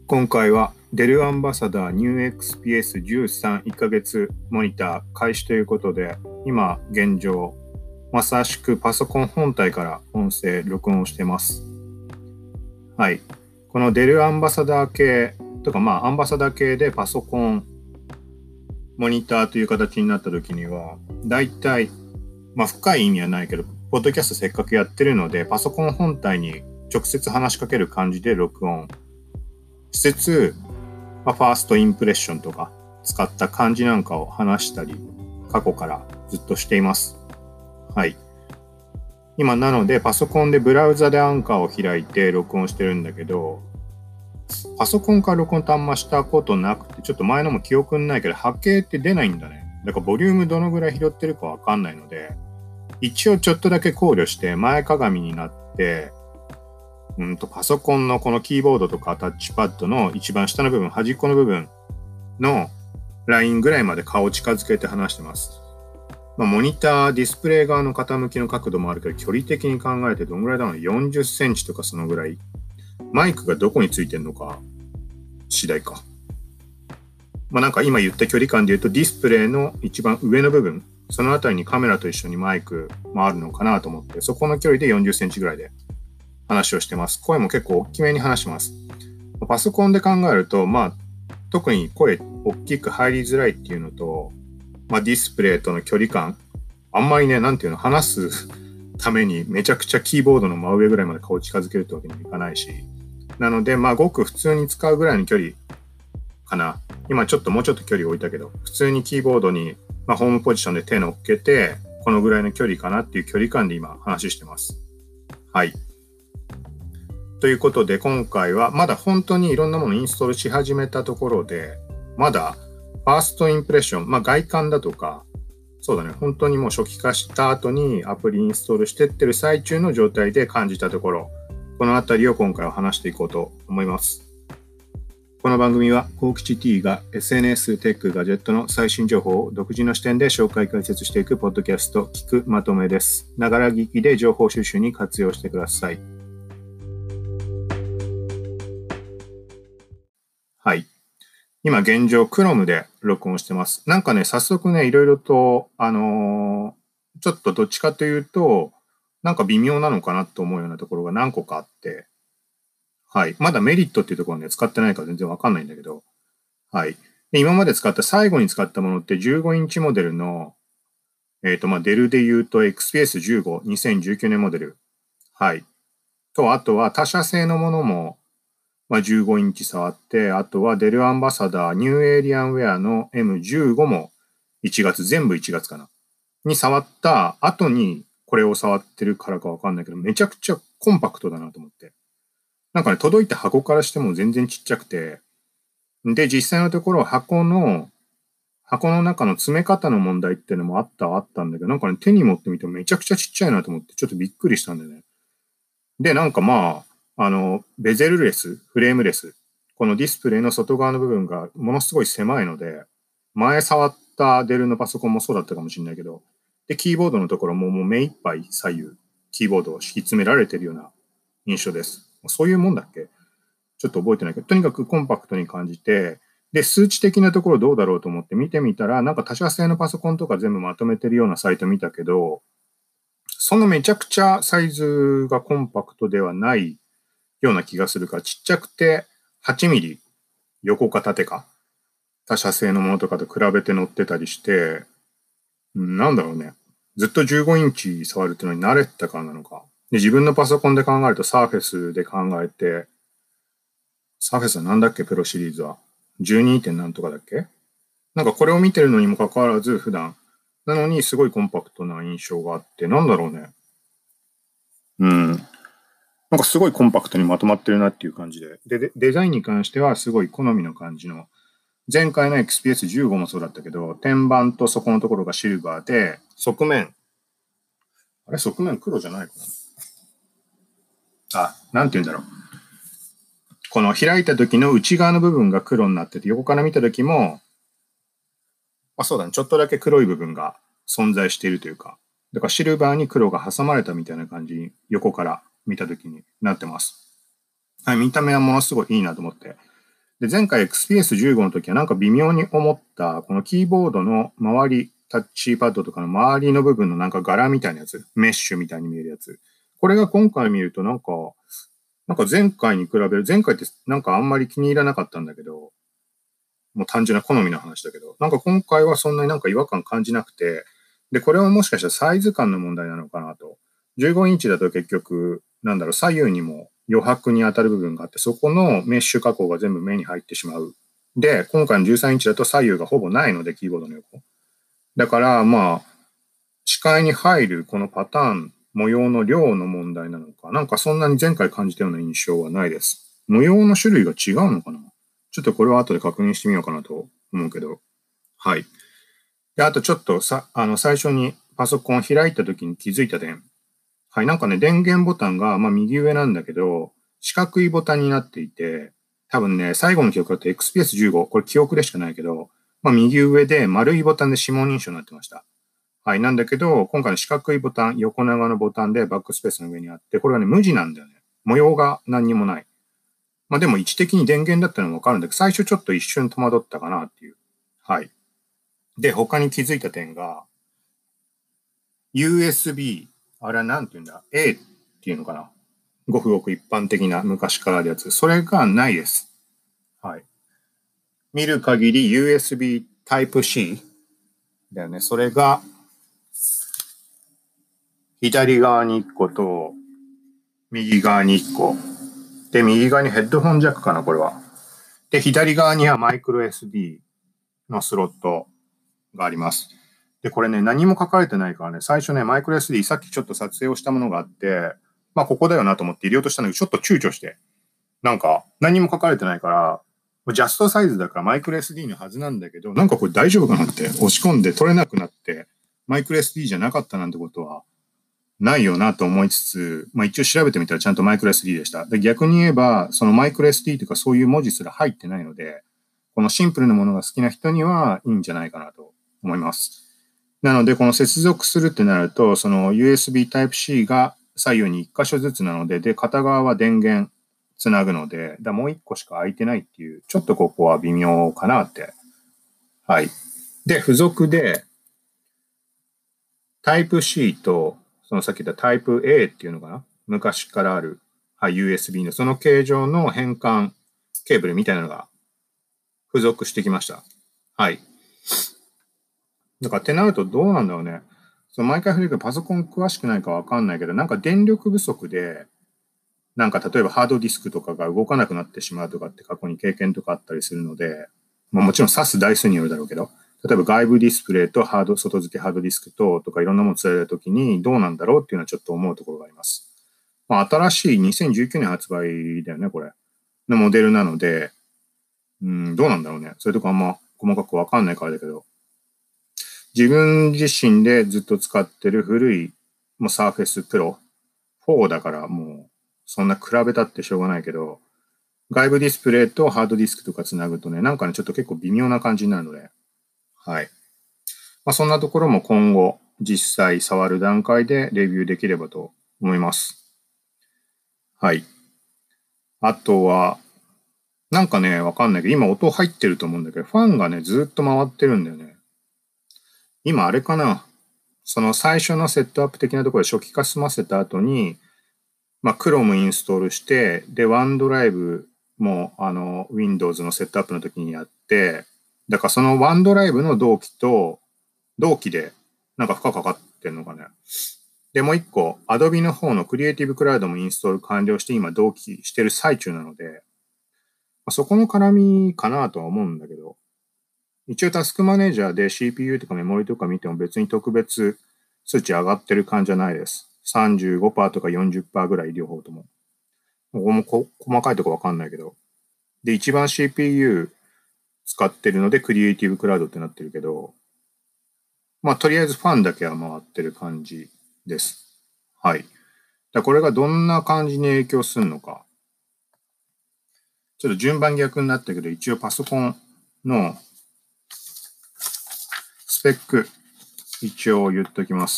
今回はデルアンバサダー NewXPS13 1ヶ月モニター開始ということで、今現状まさしくパソコン本体から音声録音をしています。はい。このデルアンバサダー系とか、アンバサダー系でパソコンモニターという形になった時には、だいたい深い意味はないけど、ポッドキャストせっかくやってるので、パソコン本体に直接話しかける感じで録音しつつ、ファーストインプレッションとか使った感じなんかを話したり、過去からずっとしています。はい。今なのでパソコンでブラウザでアンカーを開いて録音してるんだけど、パソコンから録音ってあんましたことなくて、ちょっと前のも記憶にないけど波形って出ないんだね。だからボリュームどのぐらい拾ってるかわかんないので、一応ちょっとだけ考慮して前かがみになって、パソコンのこのキーボードとかタッチパッドの一番下の部分、端っこの部分のラインぐらいまで顔を近づけて話してます。モニター、ディスプレイ側の傾きの角度もあるけど、距離的に考えてどんぐらいだろうね。40センチとかそのぐらい。マイクがどこについてるのか次第か。なんか今言った距離感で言うと、ディスプレイの一番上の部分、そのあたりにカメラと一緒にマイクもあるのかなと思って、そこの距離で40センチぐらいで話をしてます。声も結構大きめに話します。パソコンで考えると、特に声大きく入りづらいっていうのと、ディスプレイとの距離感、あんまりね、話すためにめちゃくちゃキーボードの真上ぐらいまで顔を近づけるってわけにもいかないし、なので、ごく普通に使うぐらいの距離かな。今もうちょっと距離置いたけど、普通にキーボードに、ホームポジションで手乗っけて、このぐらいの距離かなっていう距離感で今話してます。はい。ということで、今回はまだ本当にいろんなものをインストールし始めたところで、まだファーストインプレッション、外観だとか、そうだね、本当にもう初期化した後にアプリインストールしてってる最中の状態で感じたところ、このあたりを今回は話していこうと思います。この番組は、幸吉 T が SNS、テック、ガジェットの最新情報を独自の視点で紹介解説していくポッドキャスト、聞くまとめです。ながら聞きで情報収集に活用してください。はい。今現状 Chrome で録音してます。なんかね、早速ね、いろいろと、ちょっとどっちかというと、なんか微妙なのかなと思うようなところが何個かあって、はい。まだメリットっていうところはね、使ってないから全然わかんないんだけど、はい。で今まで最後に使ったものって15インチモデルの、デルで言うと XPS15、2019年モデル。はい。と、あとは他社製のものも、15インチ触って、あとはデルアンバサダーニューエイリアンウェアの M15 も1月、全部1月かな。に触った後にこれを触ってるからかわかんないけど、めちゃくちゃコンパクトだなと思って。なんかね、届いた箱からしても全然ちっちゃくて、で、実際のところ箱の中の詰め方の問題っていうのもあったんだけど、なんかね、手に持ってみてもめちゃくちゃちっちゃいなと思って、ちょっとびっくりしたんだよね。で、なんかベゼルレス、フレームレス、このディスプレイの外側の部分がものすごい狭いので、前触ったデルのパソコンもそうだったかもしれないけど、で、キーボードのところももう目いっぱい左右、キーボードを敷き詰められているような印象です。そういうもんだっけ？ちょっと覚えてないけど、とにかくコンパクトに感じて、で、数値的なところどうだろうと思って見てみたら、なんか他社製のパソコンとか全部まとめてるようなサイト見たけど、そんなめちゃくちゃサイズがコンパクトではないような気がするから、ちっちゃくて8ミリ横か縦か他社製のものとかと比べて載ってたりして、なんだろうね。ずっと15インチ触るっていうのに慣れてたからなのか。で、自分のパソコンで考えるとサーフェスで考えて、サーフェスはなんだっけプロシリーズは。12. 点なんとかだっけ？なんかこれを見てるのにもかかわらず普段。なのにすごいコンパクトな印象があって、なんだろうね。なんかすごいコンパクトにまとまってるなっていう感じで。で、デザインに関してはすごい好みの感じの。前回の XPS15 もそうだったけど、天板と底のところがシルバーで、側面黒じゃないかな。なんて言うんだろう。この開いた時の内側の部分が黒になってて、横から見た時も、そうだね。ちょっとだけ黒い部分が存在しているというか、だからシルバーに黒が挟まれたみたいな感じに横から見た時になってます。はい、見た目はものすごいいいなと思って。 で、前回 XPS15 の時はなんか微妙に思った、このキーボードの周り、タッチパッドとかの周りの部分のなんか柄みたいなやつ、メッシュみたいに見えるやつ。これが今回見るとなんか前回に比べる、前回ってなんかあんまり気に入らなかったんだけど、もう単純な好みの話だけど、なんか今回はそんなになんか違和感感じなくて、で、これはもしかしたらサイズ感の問題なのかなと。15インチだと結局、なんだろう、左右にも余白に当たる部分があって、そこのメッシュ加工が全部目に入ってしまう。で、今回の13インチだと左右がほぼないので、キーボードの横。だから、まあ、視界に入るこのパターン、模様の量の問題なのか、なんかそんなに前回感じたような印象はないです。模様の種類が違うのかな。ちょっとこれは後で確認してみようかなと思うけど。はい。で、あとちょっと最初にパソコンを開いた時に気づいた点。はい、なんかね、電源ボタンが、まあ右上なんだけど、四角いボタンになっていて、多分ね、最後の記憶だと XPS15、これ記憶でしかないけど、まあ右上で丸いボタンで指紋認証になってました。はい、なんだけど、今回の四角いボタン、横長のボタンでバックスペースの上にあって、これはね、無地なんだよね。模様が何にもない。まあでも位置的に電源だったのもわかるんだけど、最初ちょっと一瞬戸惑ったかなっていう。はい。で、他に気づいた点が、USB、あれはなんて言うんだ ?A っていうのかな、ごくごく一般的な昔からあるやつ。それがないです。はい。見る限り USB Type-C だよね。それが、左側に1個と、右側に1個。で、右側にヘッドホンジャックかな、これは。で、左側にはマイクロ SD のスロットがあります。で、これね、何も書かれてないからね、最初ね、マイクロ SD さっきちょっと撮影をしたものがあって、まあ、ここだよなと思って入れようとしたのに、ちょっと躊躇して、なんか、何も書かれてないから、ジャストサイズだからマイクロ SD のはずなんだけど、なんかこれ大丈夫かなって押し込んで取れなくなって、マイクロ SD じゃなかったなんてことはないよなと思いつつ、まあ一応調べてみたらちゃんとマイクロ SD でした。で、逆に言えば、そのマイクロ SD というかそういう文字すら入ってないので、このシンプルなものが好きな人にはいいんじゃないかなと思います。なので、この接続するってなると、その USB Type-C が左右に1箇所ずつなので、で、片側は電源つなぐので、もう1個しか空いてないっていう、ちょっとここは微妙かなって。はい。で、付属で Type-C と、そのさっき言った Type-A っていうのかな、昔からある、はい、USB のその形状の変換ケーブルみたいなのが付属してきました。はい。だからってなるとどうなんだろうね。毎回振るけどパソコン詳しくないかわかんないけど、なんか電力不足で、なんか例えばハードディスクとかが動かなくなってしまうとかって過去に経験とかあったりするので、まあもちろん挿す台数によるだろうけど、例えば外部ディスプレイと外付けハードディスクとかいろんなものを伝えるときにどうなんだろうっていうのはちょっと思うところがあります。まあ新しい2019年発売だよね、これ。のモデルなので、どうなんだろうね。そういうとこあんま細かくわかんないからだけど、自分自身でずっと使ってる古い、もうサーフェスプロ4だからもうそんな比べたってしょうがないけど、外部ディスプレイとハードディスクとかつなぐとね、なんかね、ちょっと結構微妙な感じになるので、はい。まあそんなところも今後実際触る段階でレビューできればと思います。はい。あとは、なんかね、わかんないけど、今音入ってると思うんだけど、ファンがね、ずっと回ってるんだよね。今あれかな、その最初のセットアップ的なところで初期化済ませた後に、まあ、Chrome インストールして、で、OneDrive も、Windows のセットアップの時にやって、だからその OneDrive の同期で、なんか負荷かかってんのかね。で、もう一個、Adobe の方の Creative Cloud もインストール完了して、今同期してる最中なので、まあ、そこの絡みかなとは思うんだけど、一応タスクマネージャーで CPU とかメモリとか見ても別に特別数値上がってる感じじゃないです。35% とか40%ぐらい両方とも。ここも細かいとこわかんないけど。で、一番 CPU 使ってるのでクリエイティブクラウドってなってるけど、まあとりあえずファンだけは回ってる感じです。はい。これがどんな感じに影響するのか。ちょっと順番逆になったけど、一応パソコンのスペック、一応言っときます。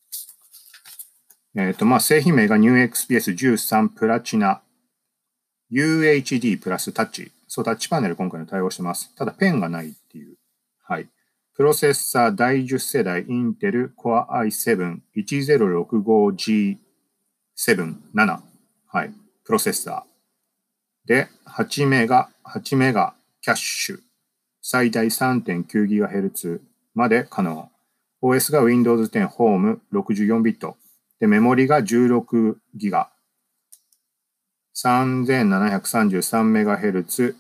まあ、製品名が New XPS 13プラチナ UHD プラスタッチ。 そう、タッチパネル今回の対応してます。ただ、ペンがないっていう。はい。プロセッサー第10世代インテル Core i7-1065G7-7。はい。プロセッサー。で、8メガキャッシュ。最大 3.9GHz まで可能。OS が Windows 10 Home 64ビット。で、メモリが 16GB。3733MHz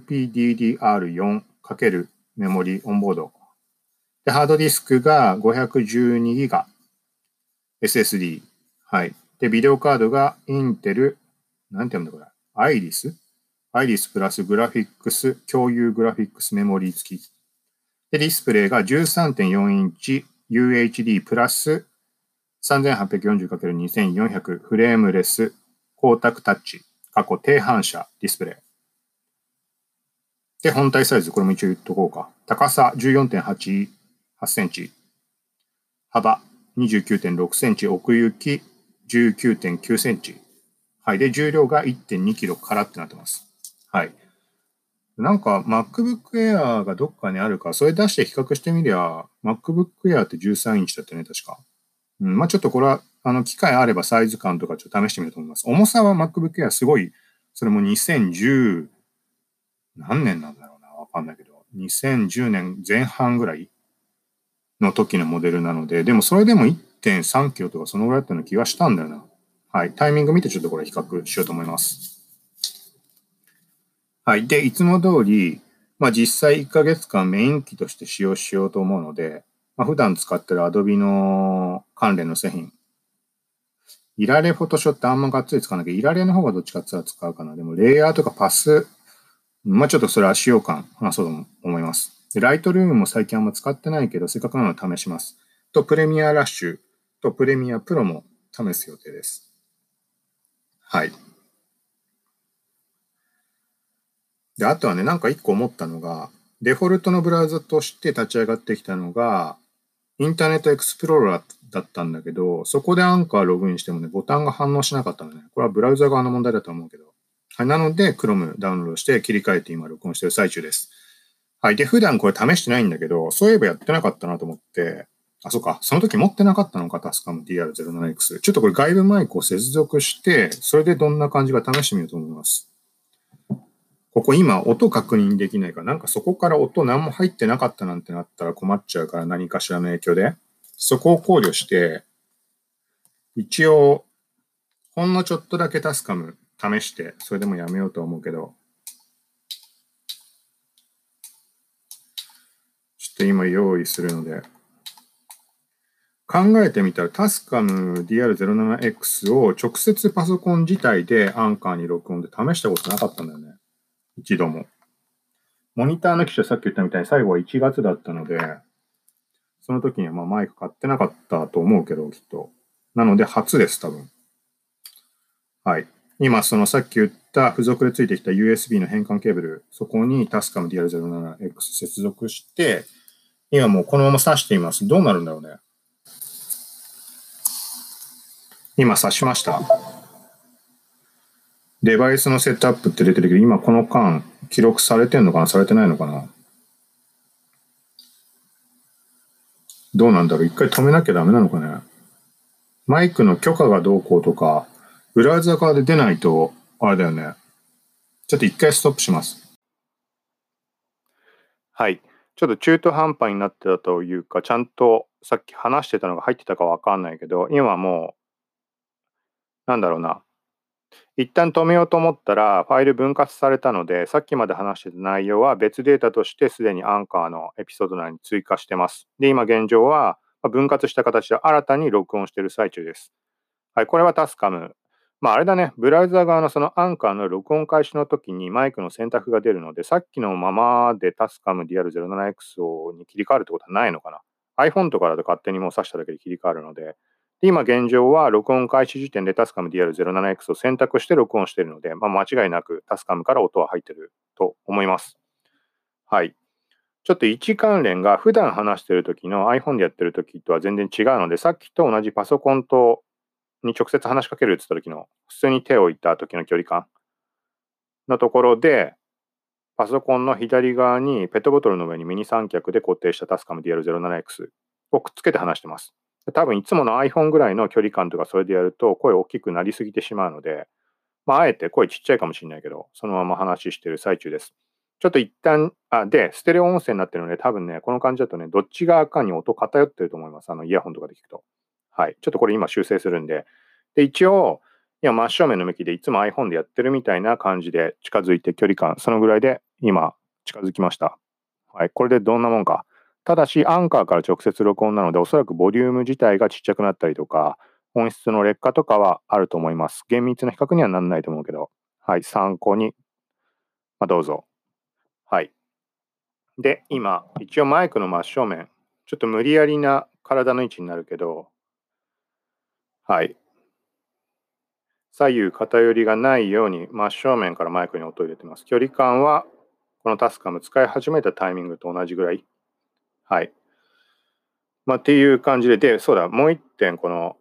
LPDDR4× メモリオンボード。で、ハードディスクが 512GB SSD。はい。で、ビデオカードがインテル、なんて読むんだこれ。アイリスプラスグラフィックス、共有グラフィックスメモリー付き。で、ディスプレイが 13.4 インチ UHD プラス 3840×2400 フレームレス光沢タッチ。低反射ディスプレイ。で、本体サイズ、これも一応言っとこうか。高さ 14.8 センチ。幅 29.6 センチ。奥行き 19.9 センチ。はい。で、重量が 1.2 キロからってなってます。はい。なんか MacBook Air がどっかにあるか、それ出して比較してみりゃ、MacBook Air って13インチだったね、確か。まあちょっとこれは、機会あればサイズ感とかちょっと試してみようと思います。重さは MacBook Air すごい、それも2010、何年なんだろうな、わかんないけど、2010年前半ぐらいの時のモデルなので、でもそれでも 1.3 キロとかそのぐらいだったような気がしたんだよな。はい。タイミング見てちょっとこれ比較しようと思います。はい。で、いつも通り、まあ実際1ヶ月間メイン機として使用しようと思うので、まあ、普段使ってる Adobe の関連の製品。いられフォトショーってあんまがっつり使わなきゃ、いられの方がどっちかって使うかな。でもレイヤーとかパス、まあちょっとそれは使用感話そうと思います。で、ライトルームも最近あんま使ってないけど、せっかくなので試します。と、プレミアラッシュとプレミアプロも試す予定です。はい。で、あとはね、なんか一個思ったのが、デフォルトのブラウザとして立ち上がってきたのが、インターネットエクスプローラーだったんだけど、そこでアンカーログインしてもね、ボタンが反応しなかったのね。これはブラウザ側の問題だと思うけど。はい、なので、Chrome ダウンロードして切り替えて今録音してる最中です。はい。で、普段これ試してないんだけど、そういえばやってなかったなと思って、あ、そうか。その時持ってなかったのか、タスカム DR07X。ちょっとこれ外部マイクを接続して、それでどんな感じか試してみようと思います。ここ今音確認できないから、なんかそこから音何も入ってなかったなんてなったら困っちゃうから、何かしらの影響で。そこを考慮して、一応、ほんのちょっとだけタスカム試して、それでもやめようと思うけど、ちょっと今用意するので、考えてみたらタスカム DR07X を直接パソコン自体でアンカーに録音で試したことなかったんだよね。一度も。モニターの機種はさっき言ったみたいに最後は1月だったので、その時にはまあマイク買ってなかったと思うけど、きっと。なので初です、多分。はい。今、そのさっき言った付属でついてきた USB の変換ケーブル、そこにタスカム DR07X 接続して、今もうこのまま挿しています。どうなるんだろうね。今挿しました。デバイスのセットアップって出てるけど、今この間記録されてんのかなされてないのかなどうなんだろう一回止めなきゃダメなのかねマイクの許可がどうこうとか、ブラウザ側で出ないと、あれだよね。ちょっと一回ストップします。はい。ちょっと中途半端になってたというか、ちゃんとさっき話してたのが入ってたかわかんないけど、今もう、なんだろうな。一旦止めようと思ったら、ファイル分割されたので、さっきまで話してた内容は別データとしてすでにアンカーのエピソード内に追加してます。で、今現状は分割した形で新たに録音している最中です。はい、これはタスカム。まああれだね、ブラウザ側のそのアンカーの録音開始の時にマイクの選択が出るので、さっきのままでタスカム DR07X に切り替わるってことはないのかな。iPhone とかだと勝手にもう挿しただけで切り替わるので、今現状は録音開始時点でタスカム DR07X を選択して録音しているので、まあ、間違いなくタスカムから音は入っていると思います。はい。ちょっと位置関連が普段話している時の iPhone でやってる時とは全然違うので、さっきと同じパソコンに直接話しかけるって言った時の、普通に手を置いた時の距離感のところで、 パソコンの左側にペットボトルの上にミニ三脚で固定したタスカム DL07X をくっつけて話してます。多分いつもの iPhone ぐらいの距離感とかそれでやると声大きくなりすぎてしまうので、あえて声ちっちゃいかもしれないけど、そのまま話してる最中です。ちょっと一旦、で、ステレオ音声になってるので、多分ね、この感じだとね、どっち側かに音偏ってると思います。イヤホンとかで聞くと。はい。ちょっとこれ今修正するんで。で、一応、今真正面の向きでいつも iPhone でやってるみたいな感じで近づいて距離感、そのぐらいで今近づきました。はい。これでどんなもんか。ただし、アンカーから直接録音なので、おそらくボリューム自体がちっちゃくなったりとか、音質の劣化とかはあると思います。厳密な比較にはならないと思うけど、はい。参考に、どうぞ。はい。で、今、一応マイクの真正面、ちょっと無理やりな体の位置になるけど、はい。左右偏りがないように真正面からマイクに音を入れてます。距離感は、このタスカム使い始めたタイミングと同じぐらい。はい。っていう感じで、そうだ、もう一点、この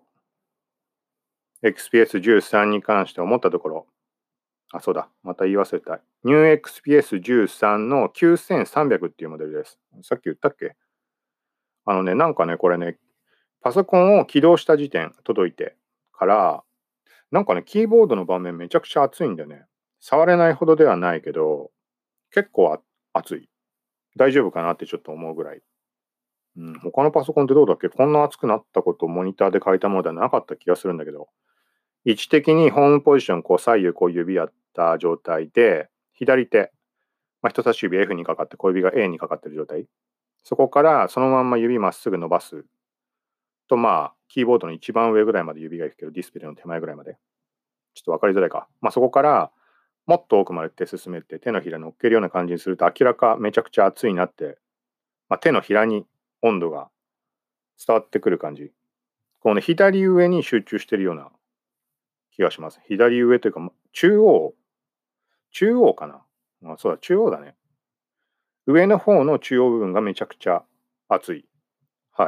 XPS13 に関して思ったところ、そうだ、また言い忘れた。New XPS13 の9300っていうモデルです。さっき言ったっけ？なんかね、これね、パソコンを起動した時点、届いてから、なんかね、キーボードの盤面めちゃくちゃ熱いんだよね。触れないほどではないけど、結構熱い。大丈夫かなってちょっと思うぐらい。他のパソコンってどうだっけ？こんな熱くなったことをモニターで書いたものではなかった気がするんだけど、位置的にホームポジション、左右指やった状態で、左手、人差し指 F にかかって小指が A にかかってる状態。そこからそのまんま指まっすぐ伸ばすと、キーボードの一番上ぐらいまで指がいくけど、ディスプレイの手前ぐらいまで。ちょっと分かりづらいか。そこからもっと奥まで手進めて手のひら乗っけるような感じにすると明らかめちゃくちゃ熱いなって、手のひらに温度が伝わってくる感じ。このね、左上に集中してるような気がします。左上というか、中央かな。そうだ、中央だね。上の方の中央部分がめちゃくちゃ熱い。はい。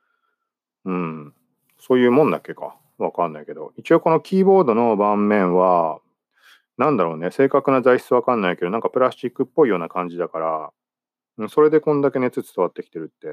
そういうもんだっけか。わかんないけど。一応このキーボードの盤面は、なんだろうね、正確な材質わかんないけど、なんかプラスチックっぽいような感じだから、それでこんだけ熱伝わってきてるって、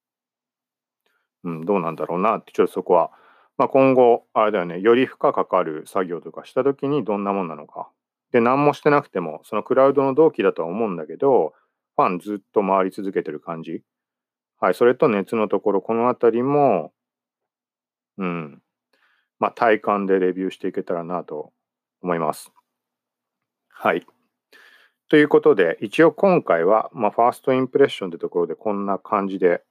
どうなんだろうなって、ちょっとそこは、今後、あれだよね、より負荷かかる作業とかしたときにどんなもんなのか。で、何もしてなくても、そのクラウドの同期だとは思うんだけど、ファンずっと回り続けてる感じ。はい、それと熱のところ、このあたりも、うん、体感でレビューしていけたらなと思います。はい。ということで、一応今回は、ファーストインプレッションってところでこんな感じで、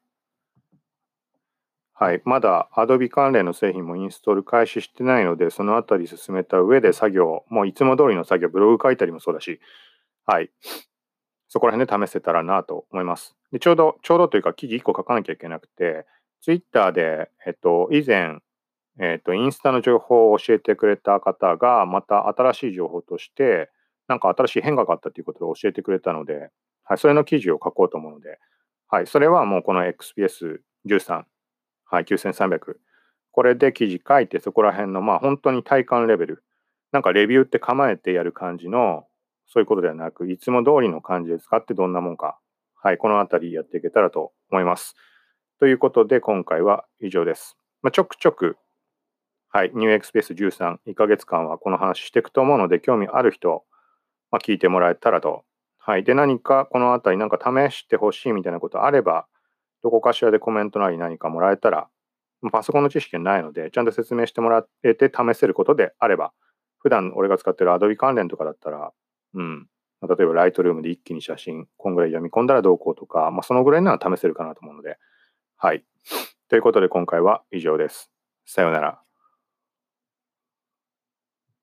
はい、まだ Adobe 関連の製品もインストール開始してないので、そのあたり進めた上で作業、もういつも通りの作業、ブログ書いたりもそうだし、はい、そこら辺で試せたらなと思います。で、ちょうどというか記事1個書かなきゃいけなくて、Twitter で、以前、インスタの情報を教えてくれた方が、また新しい情報として、なんか新しい変化があったということを教えてくれたので、はい、それの記事を書こうと思うので、はい、それはもうこの XPS13、はい、9300。これで記事書いて、そこら辺の、本当に体感レベル。なんかレビューって構えてやる感じの、そういうことではなく、いつも通りの感じで使ってどんなもんか。はい、このあたりやっていけたらと思います。ということで、今回は以上です。ちょくちょく、はい、ニューエクスペース13、1ヶ月間はこの話していくと思うので、興味ある人、聞いてもらえたらと。はい。で、何かこのあたりなんか試してほしいみたいなことあれば、どこかしらでコメントなり何かもらえたら、パソコンの知識がないので、ちゃんと説明してもらえて試せることであれば、普段俺が使ってる Adobe 関連とかだったら、例えば Lightroom で一気に写真、こんぐらい読み込んだらどうこうとか、そのぐらいなら試せるかなと思うので、はい。ということで今回は以上です。さようなら。